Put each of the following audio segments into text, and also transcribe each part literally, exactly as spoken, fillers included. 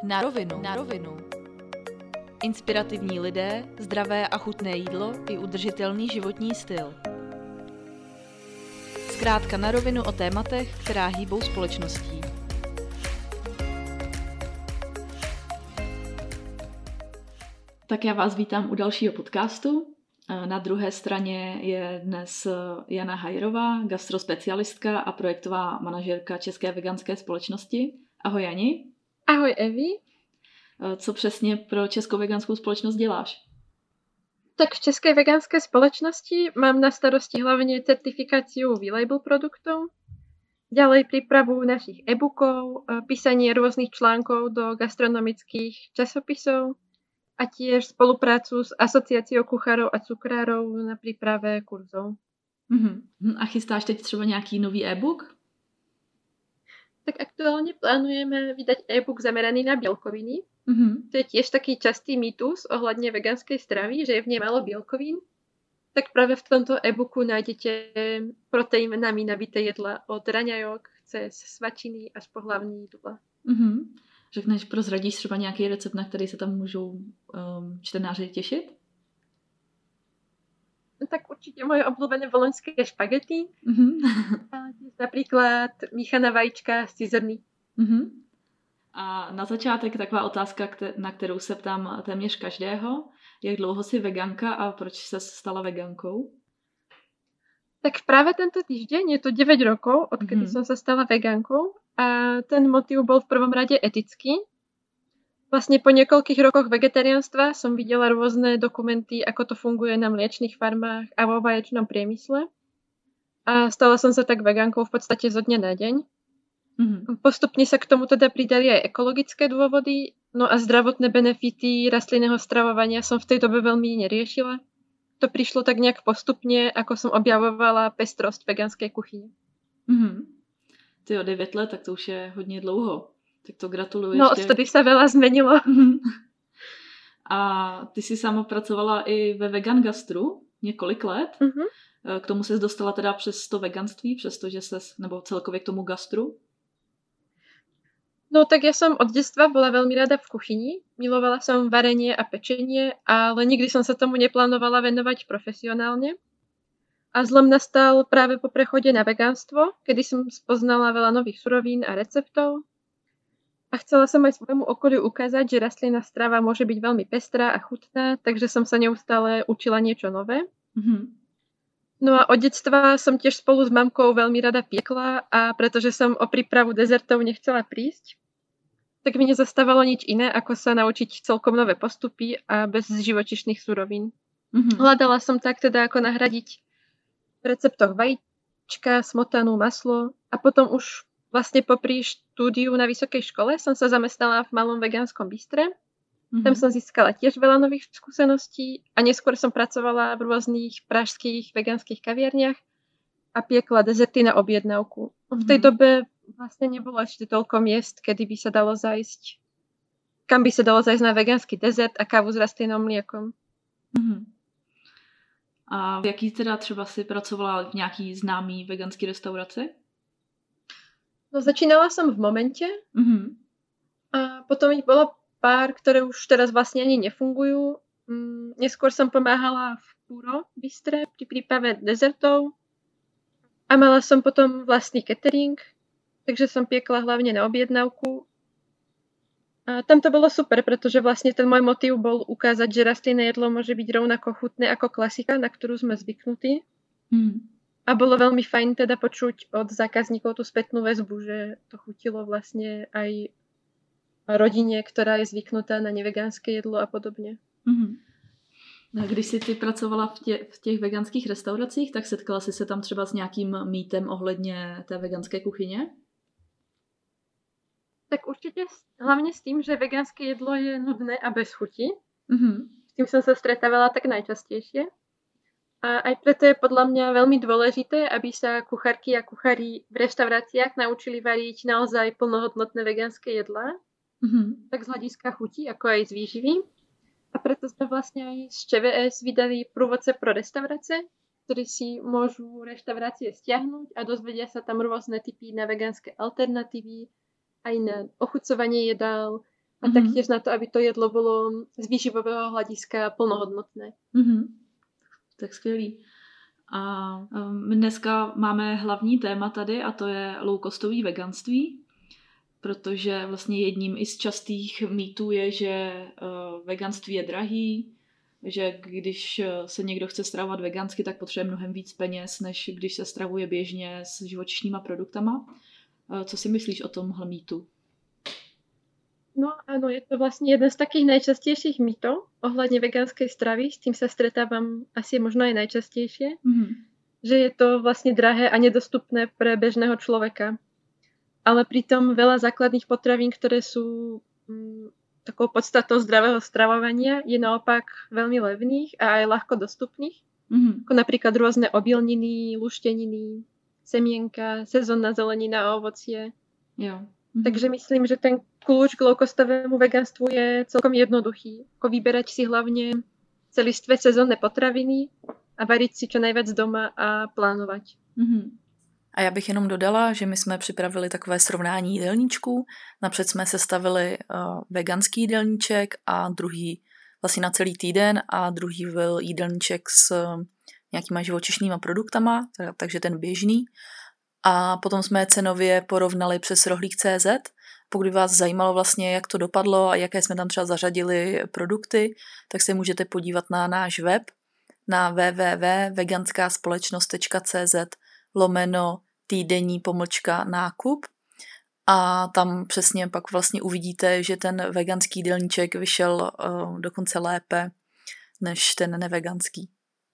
Na rovinu. Na rovinu. Inspirativní lidé, zdravé a chutné jídlo i udržitelný životní styl. Zkrátka na rovinu o tématech, která hýbou společností. Tak já vás vítám u dalšího podcastu. Na druhé straně je dnes Jana Hajrová, gastrospecialistka a projektová manažerka České veganské společnosti. Ahoj Jani. Ahoj Evi. Co přesně pro Českou veganskou společnost děláš? Tak v České veganské společnosti mám na starosti hlavne certifikáciu V-label produktov, ďalej prípravu našich e-bookov, písanie rôznych článkov do gastronomických časopisov a tiež spoluprácu s asociáciou kuchárov a cukrárov na príprave kurzov. Mm-hmm. A chystáš teď třeba nějaký nový e-book? Tak aktuálne plánujeme vydať e-book zameraný na bielkoviny. Mm-hmm. To je tiež taký častý mýtus ohľadne veganskej stravy, že je v nej málo bielkovín. Tak práve v tomto e-booku nájdete proteínami nabité jedla od raňajok cez svačiny až po hlavní jídla. Mm-hmm. Řekneš, prozradíš třeba nějaký recept, na který se tam můžou um, čtenáři těšit? Tak určite moje obľúbené boloňské špagety. Mm-hmm. Napríklad míchaná vajíčka z cizrny. Mm-hmm. A na začátek taková otázka, na kterou se ptám téměř každého. Jak dlouho jsi veganka a proč se stala vegankou? Tak práve tento týždeň je to deväť rokov, odkedy mm-hmm. som sa stala vegankou. A ten motív bol v prvom rade etický. Vlastne po niekoľkých rokoch vegetariánstva som videla rôzne dokumenty, ako to funguje na mliečnych farmách a vo vaječnom priemysle. A stala som sa tak vegankou v podstate zo dňa na deň. Mm-hmm. Postupne sa k tomu teda pridali aj ekologické dôvody, no a zdravotné benefity rastlinného stravovania som v tej dobe veľmi neriešila. To prišlo tak nejak postupne, ako som objavovala pestrosť veganskej kuchyne. Mm-hmm. Ty o devět let, tak to už je hodně dlouho. Tak to gratuluji. No, ještě. odtedy sa veľa zmenilo. A ty si sama pracovala i ve vegan gastru několik let. Mm-hmm. K tomu ses dostala teda přes to veganství, přestože ses, nebo celkově k tomu gastru? No tak ja som od detstva bola veľmi rada v kuchyni. Milovala som varenie a pečenie, ale nikdy som sa tomu neplánovala venovať profesionálne. A zlom nastal práve po prechode na vegánstvo, kedy som spoznala veľa nových surovín a receptov. A chcela som aj svojmu okoliu ukázať, že rastlinná strava môže byť veľmi pestrá a chutná, takže som sa neustále učila niečo nové. Mm-hmm. No a od detstva som tiež spolu s mamkou veľmi rada piekla a pretože som o prípravu dezertov nechcela prísť, tak mi nezastávalo nič iné, ako sa naučiť celkom nové postupy a bez živočíšnych surovín. Mm-hmm. Hľadala som tak teda, ako nahradiť v receptoch vajíčka, smotanu, maslo a potom už vlastne popri štúdiu na vysokej škole som sa zamestnala v malom vegánskom bistre. Mm-hmm. Tam som získala tiež veľa nových skúseností a neskôr som pracovala v rôznych pražských vegánskych kaviarniach a piekla dezerty na objednávku. Mm-hmm. V tej dobe vlastne nebolo ešte toľko miest, kedy by sa dalo zajsť, kam by sa dalo zajsť na vegánsky dezert a kávu s rastlinnou mliekom. Mm-hmm. A v jaký teda třeba si pracovala v nějaký známý veganský restauraci? No začínala som v Momente. Mm-hmm. A potom ich bolo pár, ktoré už teraz vlastne ani nefungujú. Mm, neskôr som pomáhala v Puro bistre pri príprave dezertov a mala som potom vlastný catering, takže som piekla hlavne na objednávku. A tam to bolo super, pretože vlastne ten môj motív bol ukázať, že rastlinné jedlo môže byť rovnako chutné ako klasika, na ktorú sme zvyknutí. Mm. A bolo veľmi fajn teda počuť od zákazníkov tú spätnú väzbu, že to chutilo vlastne aj rodine, ktorá je zvyknutá na nevegánske jedlo a podobne. Mm-hmm. Když si ty pracovala v, tě, v těch veganských restauracích, tak setkala jsi se tam třeba s nějakým mýtem ohledně té veganské kuchyně? Tak určite hlavne s tým, že vegánske jedlo je nudné a bez chuti. Mm-hmm. S tým som sa stretávala tak najčastejšie. A aj preto je podľa mňa veľmi dôležité, aby sa kuchárky a kuchári v reštauráciách naučili variť naozaj plnohodnotné vegánske jedlá. Mm-hmm. Tak z hľadiska chuti, ako aj z výživy. A preto sme vlastne aj z ČVS vydali průvodce pro restaurace, ktorí si môžu reštaurácie stiahnuť a dozvedia sa tam rôzne typy na vegánske alternatívy, aj na ochucovanie jedál, a mm-hmm. taktiež na to, aby to jedlo bylo z výživového hlediska plnohodnotné. Mm-hmm. Tak skvělý. A my dneska máme hlavní téma tady a to je low-costový veganství, protože vlastně jedním i z častých mýtů je, že veganství je drahý, že když se někdo chce stravovat vegansky, tak potřebuje mnohem víc peněz, než když se stravuje běžně s živočišnýma produktama. Co si myslíš o tomhle mýtu? No áno, je to vlastne jeden z takých najčastejších mýtov ohľadne vegánskej stravy, s tým sa stretávam asi možno aj najčastejšie, mm-hmm. že je to vlastne drahé a nedostupné pre bežného človeka. Ale pritom veľa základných potravín, ktoré sú mm, takou podstatou zdravého stravovania, je naopak veľmi levných a aj ľahko dostupných. Mm-hmm. Ako napríklad rôzne obilniny, lušteniny, semienka, sezónna zelenina a ovocie. Jo. Mm-hmm. Takže myslím, že ten kľúč k low-costovému veganstvu je celkom jednoduchý. Ako vyberať si hlavne celistvé sezónne potraviny a variť si čo najviac doma a plánovať. Mm-hmm. A já bych jenom dodala, že my jsme připravili takové srovnání jídelníčků. Napřed jsme sestavili uh, veganský jídelníček a druhý vlastně na celý týden a druhý byl jídelníček s uh, nějakýma živočišnýma produktama, takže ten běžný. A potom jsme je cenově porovnali přes rohlík tečka cé zet. Pokud vás zajímalo vlastně, jak to dopadlo a jaké jsme tam třeba zařadili produkty, tak se můžete podívat na náš web na w w w tečka veganskaspolečnost tečka cé zet lomeno týdenní pomlčka nákup a tam přesně pak vlastně uvidíte, že ten veganský jídelníček vyšel uh, dokonce lépe než ten neveganský.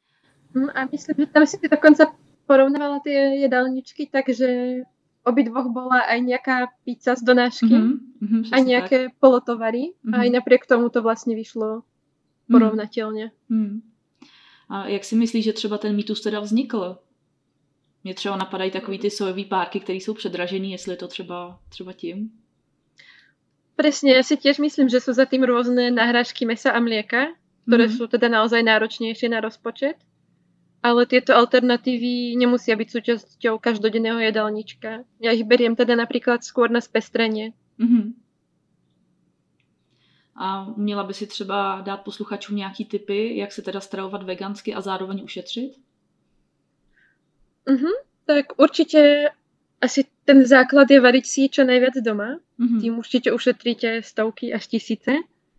A myslím, že tam si ty dokonce porovnávala tie jedálničky, takže obidvoch bola aj nejaká pizza z donášky mm-hmm, a nejaké tak. polotovary mm-hmm. a aj napriek tomu to vlastne vyšlo porovnateľne. Mm-hmm. A jak si myslíš, že třeba ten mýtus teda vznikl? Mně třeba napadají takový ty sojový párky, které jsou předražený, jestli je to třeba, třeba tím? Presne, ja si tiež myslím, že sú za tým rôzne nahrážky mesa a mlieka, ktoré mm-hmm. sú teda naozaj náročnejšie na rozpočet. Ale tieto alternatívy nemusia byť súčasťou každodenného jedálnička. Ja ich beriem teda napríklad skôr na spestrenie. Mm-hmm. A měla by si třeba dát posluchačům nějaký tipy, jak se teda stravovat vegansky a zároveň ušetřit? Mm-hmm. Tak určite asi ten základ je variť si čo najviac doma. Mm-hmm. Tým určite ušetríte stovky až tisíce.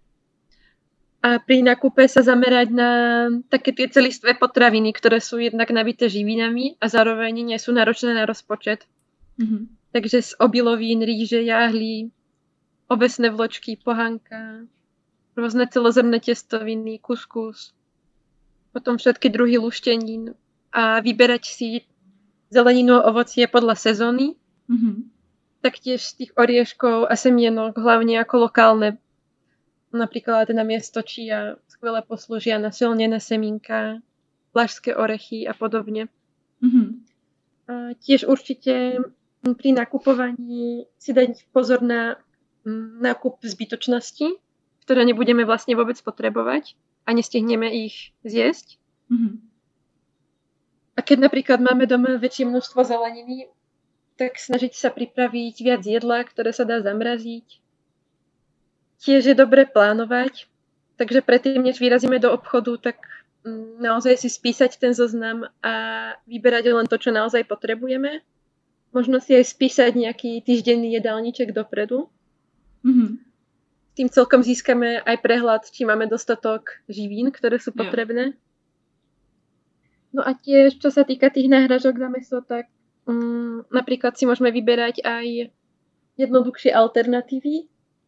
A pri nákupe sa zamerať na také tie celistvé potraviny, ktoré sú jednak nabité živinami a zároveň nie sú náročné na rozpočet. Mm-hmm. Takže z obilovín, rýže, jáhly, ovesné vločky, pohanka, rôzne celozrnné testoviny, kuskus, potom všetky druhy luštenín a vyberať si zeleninu a ovocie podľa sezóny. Mm-hmm. Taktiež z tých orieškov a semienok, hlavne ako lokálne. Napríklad na miesto čia skvelé poslúžia na silnené semínka, vlašské orechy a podobne. Mm-hmm. A tiež určite pri nakupovaní si dať pozor na nákup zbytočnosti, ktoré nebudeme vlastne vôbec potrebovať a nestihneme ich zjesť. Mm-hmm. A keď napríklad máme doma väčšie množstvo zeleniny, tak snažiť sa pripraviť viac jedla, ktoré sa dá zamraziť. Tiež je dobre plánovať, takže predtým, než vyrazíme do obchodu, tak naozaj si spísať ten zoznam a vyberať len to, čo naozaj potrebujeme. Možno si aj spísať nejaký týždenný jedálniček dopredu. Mm-hmm. Tým celkom získame aj prehľad, či máme dostatok živín, ktoré sú potrebné. No a tiež, čo sa týka tých náhražok za mäso, tak um, napríklad si môžeme vyberať aj jednoduchšie alternatívy.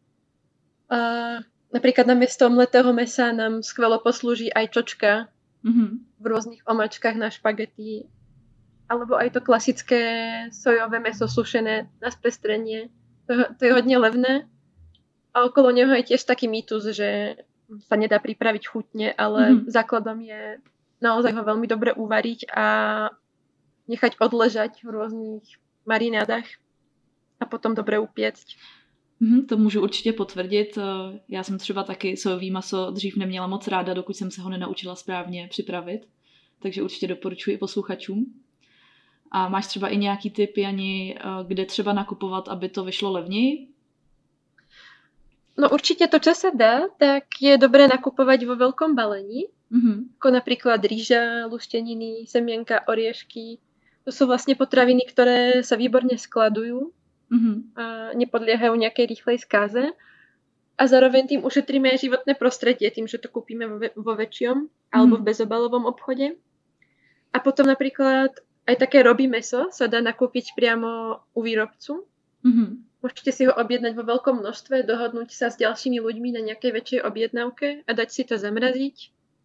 A napríklad namiesto mletého mäsa nám skvelo poslúži aj čočka mm-hmm. v rôznych omáčkach na špagety. Alebo aj to klasické sojové mäso sušené na spestrenie. To, to je hodne levné. A okolo neho je tiež taký mýtus, že sa nedá pripraviť chutne, ale mm-hmm. základom je naozaj ho veľmi dobre uvariť a nechať odležať v rôznych marinádach a potom dobre upiecť. Mm, to můžu určitě potvrdit. Já jsem třeba taky sojový maso dřív neměla moc ráda, dokud jsem se ho nenaučila správně připravit. Takže určitě doporučuji posluchačům. A máš třeba i nějaký tip, Jani, kde třeba nakupovat, aby to vyšlo levněji? No určite to, čo sa dá, tak je dobré nakupovať vo veľkom balení, mm-hmm. ako napríklad rýža, lušteniny, semienka, oriešky. To sú vlastne potraviny, ktoré sa výborne skladujú mm-hmm. a nepodliehajú nejakej rýchlej skáze. A zároveň tým ušetríme aj životné prostredie, tým, že to kúpime vo, vo väčšom mm-hmm. alebo v bezobalovom obchode. A potom napríklad aj také robí mäso sa dá nakúpiť priamo u výrobcu. Mm-hmm. Môžete si ho objednať vo veľkom množstve, dohodnúť sa s ďalšími ľuďmi na nejakej väčšej objednávke a dať si to zamraziť.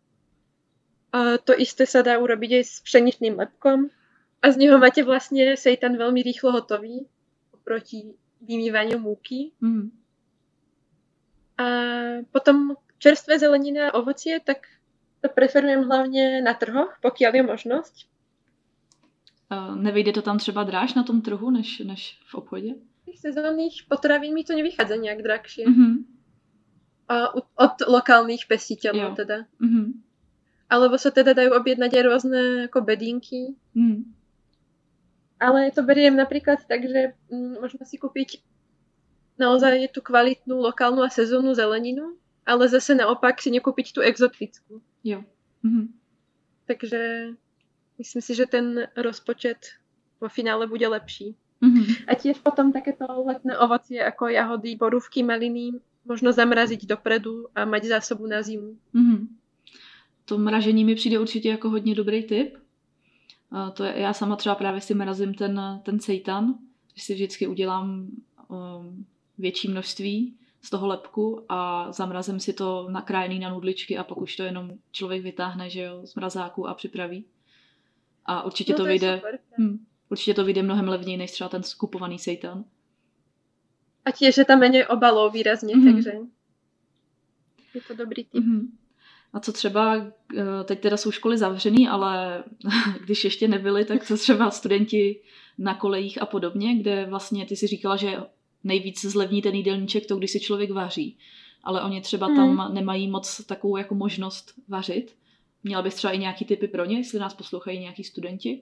A to isté sa dá urobiť aj s pšeničným lepkom. A z neho máte vlastne seitan veľmi rýchlo hotový oproti vymývaniu múky. Mm. A potom čerstvé zelenina a ovocie, tak to preferujem hlavne na trhoch, pokiaľ je možnosť. Uh, nevyjde to tam třeba dráž na tom trhu, než, než v obchodě? Tých sezónnych potravín mi to nevychádza nejak drahšie. Mm-hmm. A od lokálnych pestiteľov teda. Mm-hmm. Alebo sa teda dajú objednať aj rôzne ako bedínky. Mm. Ale to beriem napríklad tak, že mm, možno si kúpiť naozaj tú kvalitnú lokálnu a sezónnu zeleninu, ale zase naopak si nekúpiť tú exotickú. Jo. Mm-hmm. Takže myslím si, že ten rozpočet vo finále bude lepší. Mm-hmm. A tiež potom takéto letné ovocie ako jahody, borúvky, maliny možno zamraziť dopredu a mať zásobu na zimu. Mm-hmm. To mražení mi přijde určitě jako hodně dobrý tip. A to je, já sama třeba právě si mrazím ten, ten seitan, že si vždycky udělám um, větší množství z toho lepku a zamrazím si to nakrájený na nudličky a pak už to jenom člověk vytáhne, že jo, z mrazáku a připraví. A určitě no to, to vyjde... Hm, určitě to vyjde mnohem levněji, než třeba ten skupovaný seitan. A tiež je tam menej obalov výrazně, mm-hmm. takže je to dobrý tip. Mm-hmm. A co třeba, teď teda jsou školy zavřený, ale když ještě nebyly, tak co třeba studenti na kolejích a podobně, kde vlastně ty si říkala, že nejvíc zlevní ten jídelníček to, když si člověk vaří. Ale oni třeba mm. tam nemají moc takovou jako možnost vařit. Měla bys třeba i nějaký tipy pro ně, jestli nás poslouchají nějaký studenti?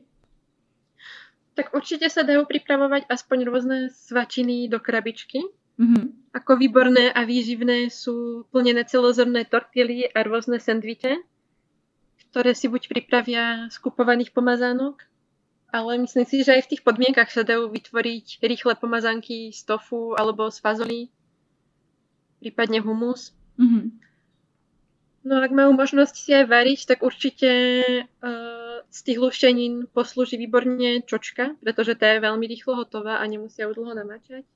Tak určite sa dajú pripravovať aspoň rôzne svačiny do krabičky. Mm-hmm. Ako výborné a výživné sú plnené celozrnné tortily a rôzne sendviče, ktoré si buď pripravia z kupovaných pomazánok, ale myslím si, že aj v tých podmienkach sa dajú vytvoriť rýchle pomazánky z tofu alebo z fazolí, prípadne humus. Mm-hmm. No ak majú možnosť si aj variť, tak určite uh, z tých luštenín poslúži výborne čočka, pretože tá je veľmi rýchlo hotová a nemusia ju dlho namáčať.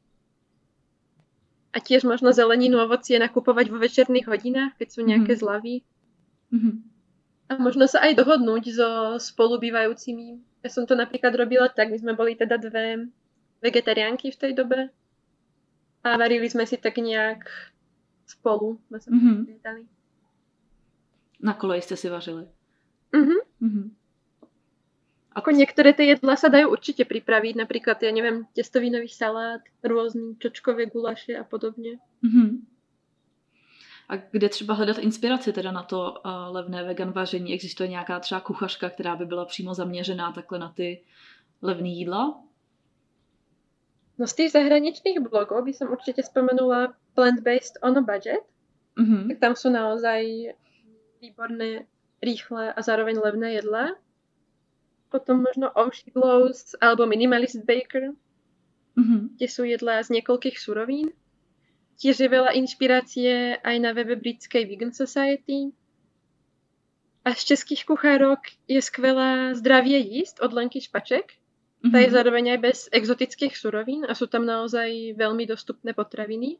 A tiež možno zeleninu, ovocie nakupovať vo večerných hodinách, keď sú nejaké mm-hmm. zľavy. Mm-hmm. A možno sa aj dohodnúť so spolubývajúcimi. Ja som to napríklad robila tak, my sme boli teda dve vegetariánky v tej dobe a varili sme si tak nejak spolu. Mm-hmm. Na koleji ste si vařili. Mhm. Mm-hmm. Ako niektoré tie jedlá sa dajú určite pripraviť, napríklad, ja neviem, testovinový salát, rôzne čočkové gulaše a podobne. Mm-hmm. A kde třeba hledat inspiraci teda na to uh, levné vegan vaření? Existuje nějaká třeba kuchařka, která by byla přímo zaměřená takhle na ty levný jídla? No z tých zahraničných blogov by som určite spomenula Plant-Based on a Budget. Mm-hmm. Tak tam sú naozaj výborné, rýchle a zároveň levné jedlá. Potom možno Oshi Glows alebo Minimalist Baker, mm-hmm. kde sú jedlá z niekoľkých surovín. Tiež je veľa inšpirácie aj na webe britskej Vegan Society. A z českých kuchárok je skvelá Zdravie jíst od Lenky Špaček. Mm-hmm. Tá je zároveň aj bez exotických surovín a sú tam naozaj veľmi dostupné potraviny.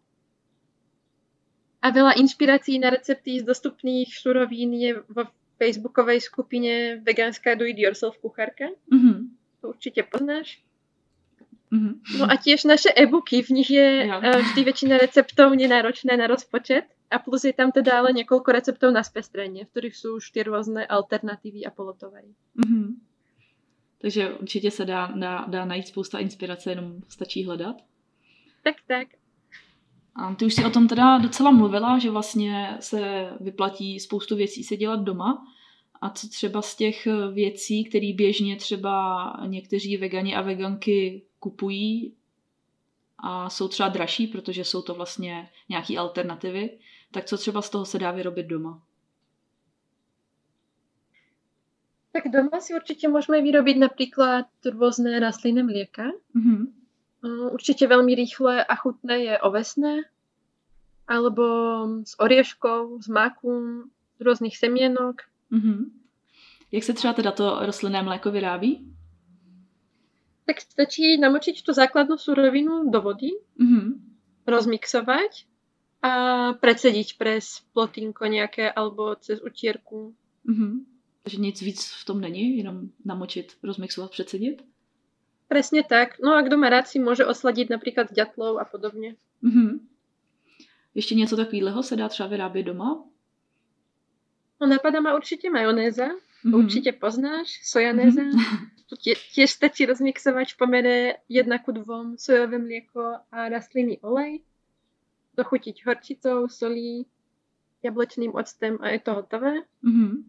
A veľa inšpirácií na recepty z dostupných surovín je vo facebookovej skupine Vegánska do-it-yourself kuchárka. Mm-hmm. To určite poznáš. Mm-hmm. No a tiež naše e-booky, v nich je ja. vždy väčšina receptov nenáročné na rozpočet a plus je tam teda ale niekoľko receptov na spestrenie, v ktorých sú už tie rôzne alternatívy a polotovary. Mm-hmm. Takže určitě se dá, dá, dá najít spousta inspirace, jenom stačí hledat. Tak, tak. A ty už si o tom teda docela mluvila, že vlastně se vyplatí spoustu věcí se dělat doma. A co třeba z těch věcí, které běžně třeba někteří vegani a veganky kupují a jsou třeba dražší, protože jsou to vlastně nějaké alternativy, tak co třeba z toho se dá vyrobit doma? Tak doma si určite môžeme vyrobiť napríklad rôzne rastlinné mlieka. Mm-hmm. Určite veľmi rýchle a chutné je ovesné, alebo z orieškov, z máku, z rôznych semienok. Mm-hmm. Jak se třeba teda to rostlinné mléko vyrábí? Tak stačí namočiť tú základnú surovinu do vody, mm-hmm. rozmixovať a predsediť pres plotínko nejaké alebo cez utierku. Mm-hmm. Takže nic víc v tom není, jenom namočit, rozmixovat, předsedit? Presne tak. No a kdo má rád si môže osladiť napríklad s ďatlou a podobne. Mm-hmm. Ještě něco takového se dá třeba vyrábět doma? No napadá ma určite majonéza. Mm-hmm. Určite poznáš, sojanéza. Mm-hmm. Tu tie, tiež stačí rozmixovať v pomere jedna ku dvom sojové mlieko a rastlinný olej. Dochutiť horčicou, solí, jablečným octem a je to hotové. Mm-hmm.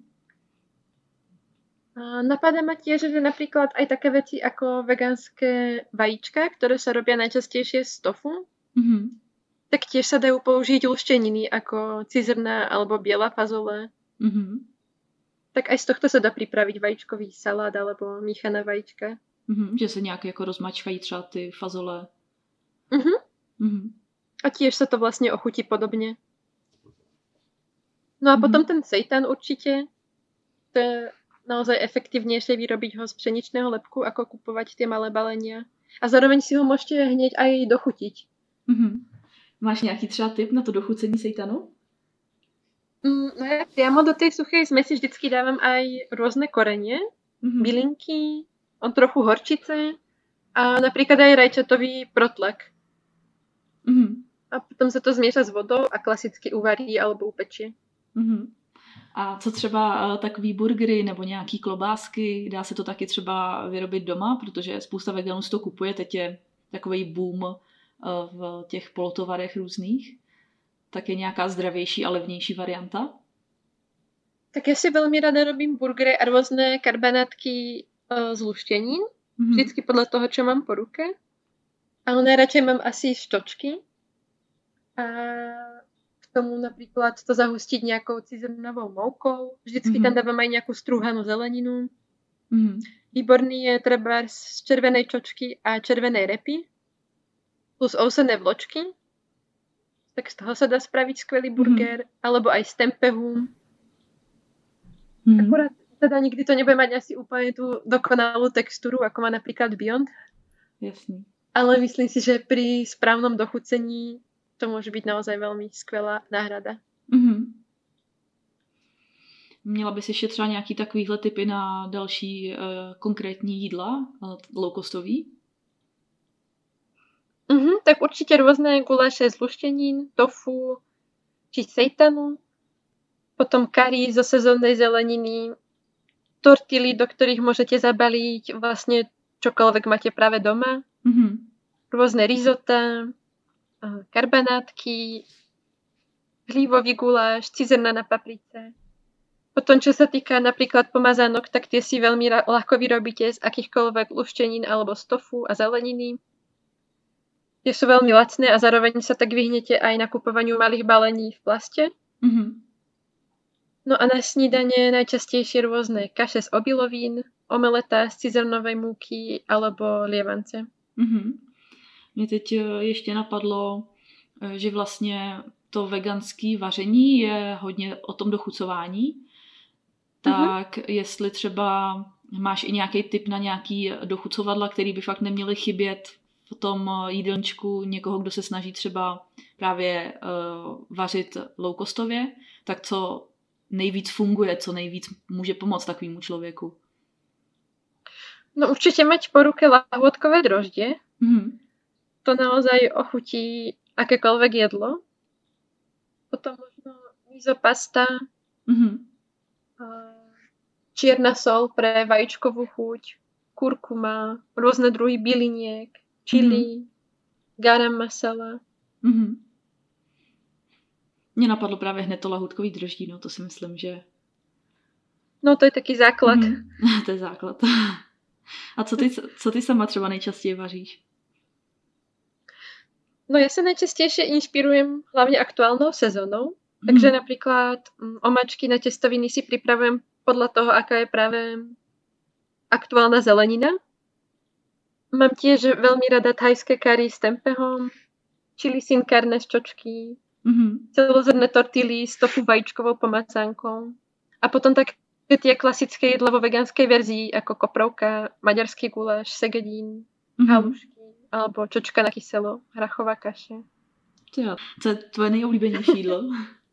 A napadá ma tiež, že napríklad aj také veci ako vegánske vajíčka, ktoré sa robia najčastejšie z tofu, mm-hmm. tak tiež sa dajú použiť lušteniny ako cizrna alebo biela fazole. Mm-hmm. Tak aj z tohto sa dá pripraviť vajíčkový salát alebo míchaná vajíčka. Mm-hmm. Že se nějak jako rozmačkají třeba ty fazole. Mm-hmm. Mm-hmm. A tiež sa to vlastne ochutí podobne. No a mm-hmm. potom ten seitan určite. To je naozaj efektívnejšie vyrobiť ho z pšeničného lepku, ako kupovať tie malé balenia. A zároveň si ho môžete hneď aj dochutiť. Mm-hmm. Máš nějaký třeba tip na to dochucení seitanu? Mm, no ja priamo do tej suchej smesi vždycky dávam aj rôzne korenie, mm-hmm. bylinky, on trochu horčice a napríklad aj rajčatový protlak. Mm-hmm. A potom sa to zmieša s vodou a klasicky uvarí alebo upečie. Mm-hmm. A co třeba takový burgery nebo nějaký klobásky, dá se to taky třeba vyrobit doma, protože spousta veganů si to kupuje, teď je takový boom v těch polotovarech různých. Tak je nějaká zdravější a levnější varianta? Tak ja si veľmi rada robím burgery a rôzne karbanátky z luštenín, mm-hmm. vždycky podľa toho, čo mám po ruke. Ale najradšej mám asi štočky. A k tomu napríklad to zahustiť nejakou cizrnovou moukou. Vždycky mm-hmm. tam dávam aj nejakú strúhanú zeleninu. Mm-hmm. Výborný je treba z červenej čočky a červenej repy plus ousené vločky. Tak z toho sa dá spraviť skvelý burger. Mm-hmm. Alebo aj z tempehu. Mm-hmm. Akurát teda nikdy to nebude mať asi úplne tú dokonalú textúru, ako má napríklad Beyond. Jasný. Ale myslím si, že pri správnom dochucení to môže byť naozaj veľmi skvelá náhrada. Mm-hmm. Měla bys ještě třeba nějaký takovýhle tipy na další uh, konkrétní jídla, uh, low-costový? Mm-hmm, tak určite rôzne guláše z luštenín, tofu, či seitanu, potom kari zo sezónnej zeleniny, tortily, do ktorých môžete zabaliť vlastne čokoľvek máte práve doma, mm-hmm. rôzne risotá, karbanátky, hlívový guláš, cizrna na paprice. Potom, čo sa týka napríklad pomazánok, tak tie si veľmi ľahko vyrobíte z akýchkoľvek luštenín alebo z tofu a zeleniny. Tie sú veľmi lacné a zároveň sa tak vyhnete aj nakupovaniu malých balení v plaste. Mm-hmm. No a na snídanie najčastejšie rôzne kaše z obilovín, omeleta z cizrnovej múky alebo lievance. Mm-hmm. Mě teď ještě napadlo, že vlastně to veganské vaření je hodně o tom dochucování. Tak mm-hmm. jestli třeba máš i nějaký tip na nějaký dochucovadla, který by fakt neměly chybět v tom jídelníčku někoho, kdo se snaží třeba právě uh, vařit low-costově, tak co nejvíc funguje, co nejvíc může pomoct takovému člověku? No určite mať po ruke lahôdkové droždie. Mm-hmm. To naozaj ochutí akékoľvek jedlo. Potom možno mizopasta, mm-hmm. čierna sol pre vajíčkovú chuť, kurkuma, rôzne druhy byliniek, chili, mm-hmm. garam masala. Mm-hmm. Mně napadlo právě hned to lahůdkový droždí, no to si myslím, že... No to je taký základ. Mm-hmm. To je základ. A co ty, co ty sama třeba nejčastěji vaříš? No ja sa najčastejšie inšpirujem hlavne aktuálnou sezónou, mm. takže napríklad um, omáčky na testoviny si pripravujem podľa toho, aká je práve aktuálna zelenina. Mám tiež veľmi rada thajské kari s tempehom, chili sin carne z čočky, mm-hmm. celozrné tortily s tofu vajíčkovou pomacánkou a potom tak tie klasické jedla vo vegánskej verzii ako koprovka, maďarský guláš, segedín, mm-hmm. halušky alebo čočka na kyselo, hrachová kaše. Jo, co je tvoje nejoblíbenější jídlo?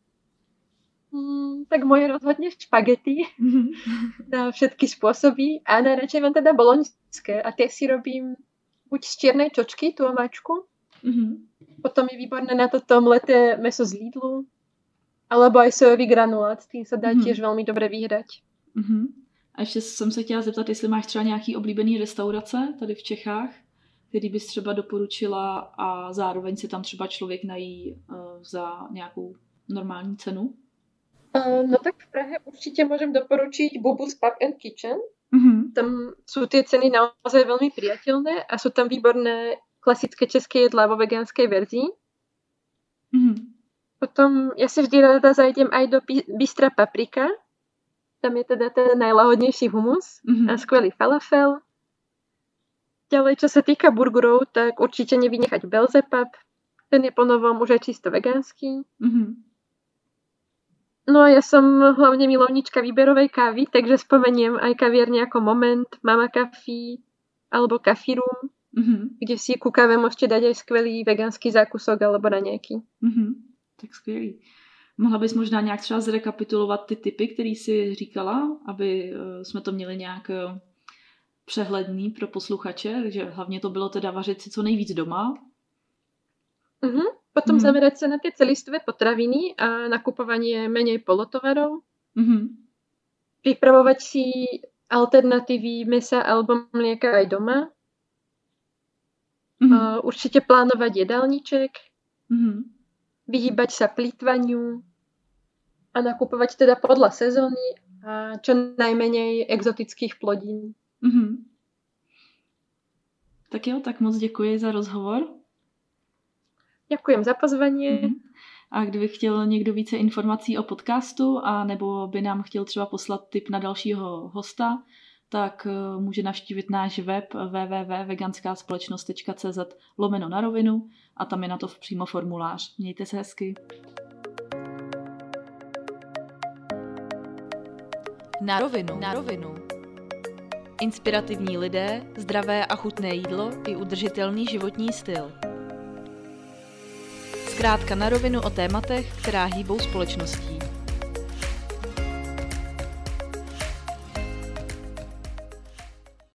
Mm, tak moje rozhodne špagety mm-hmm. na všetky spôsoby a najradšej mám teda boloňské a tie si robím buď z čiernej čočky, tú omáčku, mm-hmm. potom je výborné na toto mleté mäso z Lidlu alebo aj sojový granulát, s tým sa dá mm-hmm. tiež veľmi dobre vyhrať. Mm-hmm. A ještě jsem se chtěla zeptat, jestli máš třeba nějaký oblíbený restaurace tady v Čechách, který bys třeba doporučila a zároveň si tam třeba člověk nají uh, za nějakou normální cenu? Uh, no tak v Prahe určite môžem doporučiť Bubus Pub and Kitchen. Mm-hmm. Tam sú tie ceny naozaj veľmi priateľné a sú tam výborné klasické české jedlá vo vegánskej verzii. Mm-hmm. Potom ja si vždy rada zajdem aj do Bystra Paprika. Tam je teda ten najlahodnejší humus mm-hmm. a skvelý falafel. Ďalej, čo sa týka burgerov, tak určite nevynechať Belzepub. Ten je ponovom už aj čisto vegánsky. Mm-hmm. No a ja som hlavne milovnička výberovej kávy, takže spomeniem aj kaviarne ako Moment, Mama Coffee alebo Coffee Room, mm-hmm. kde si ku káve môžete dať aj skvelý vegánsky zákusok alebo raňajky. Mm-hmm. Tak skvělý. Mohla bys možná nějak třeba zrekapitulovat ty tipy, které jsi říkala, aby jsme to měli nějak přehledný pro posluchače, takže hlavně to bylo teda vařit si co nejvíc doma. Mhm. Potom mm. zamerať sa na tie celistvé potraviny a nakupovanie menej polotovarov. Mm-hmm. Pripravovať si alternatívy mäsa alebo mlieka aj doma. Mm-hmm. Uh, určite plánovať jedálniček. Mm-hmm. Vyhýbať sa plýtvaniu a nakupovať teda podľa sezóny a čo najmenej exotických plodín. Mm-hmm. Tak jo, tak moc děkuji za rozhovor. Ďakujem za pozvanie. A kdyby chtěl někdo více informací o podcastu a nebo by nám chtěl třeba poslat tip na dalšího hosta, tak může navštívit náš web w w w tečka veganskaspolečnost tečka c z lomeno na rovinu a tam je na to přímo formulář. Mějte se hezky. Na rovinu. Na rovinu. Inspirativní lidé, zdravé a chutné jídlo i udržitelný životní styl. Zkrátka na rovinu o tématech, která hýbou společností.